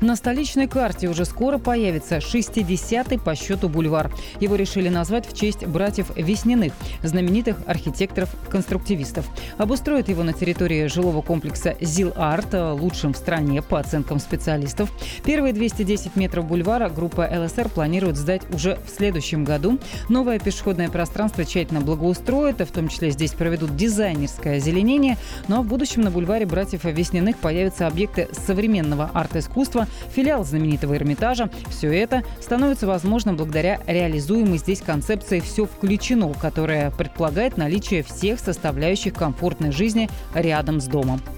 На столичной карте уже скоро появится 60-й по счету бульвар. Его решили назвать в честь братьев Весниных, знаменитых архитекторов-конструктивистов. Обустроят его на территории жилого комплекса «Зил-Арт», лучшим в стране по оценкам специалистов. Первые 210 метров бульвара группа ЛСР планирует сдать уже в следующем году. Новое пешеходное пространство тщательно благоустроят, в том числе здесь проведут дизайнерское озеленение. Ну а в будущем на бульваре братьев Весниных появятся объекты современного арт-искусства, филиал знаменитого Эрмитажа. Все это становится возможным благодаря реализуемой здесь концепции «Все включено», которая предполагает наличие всех составляющих комфортной жизни рядом с домом.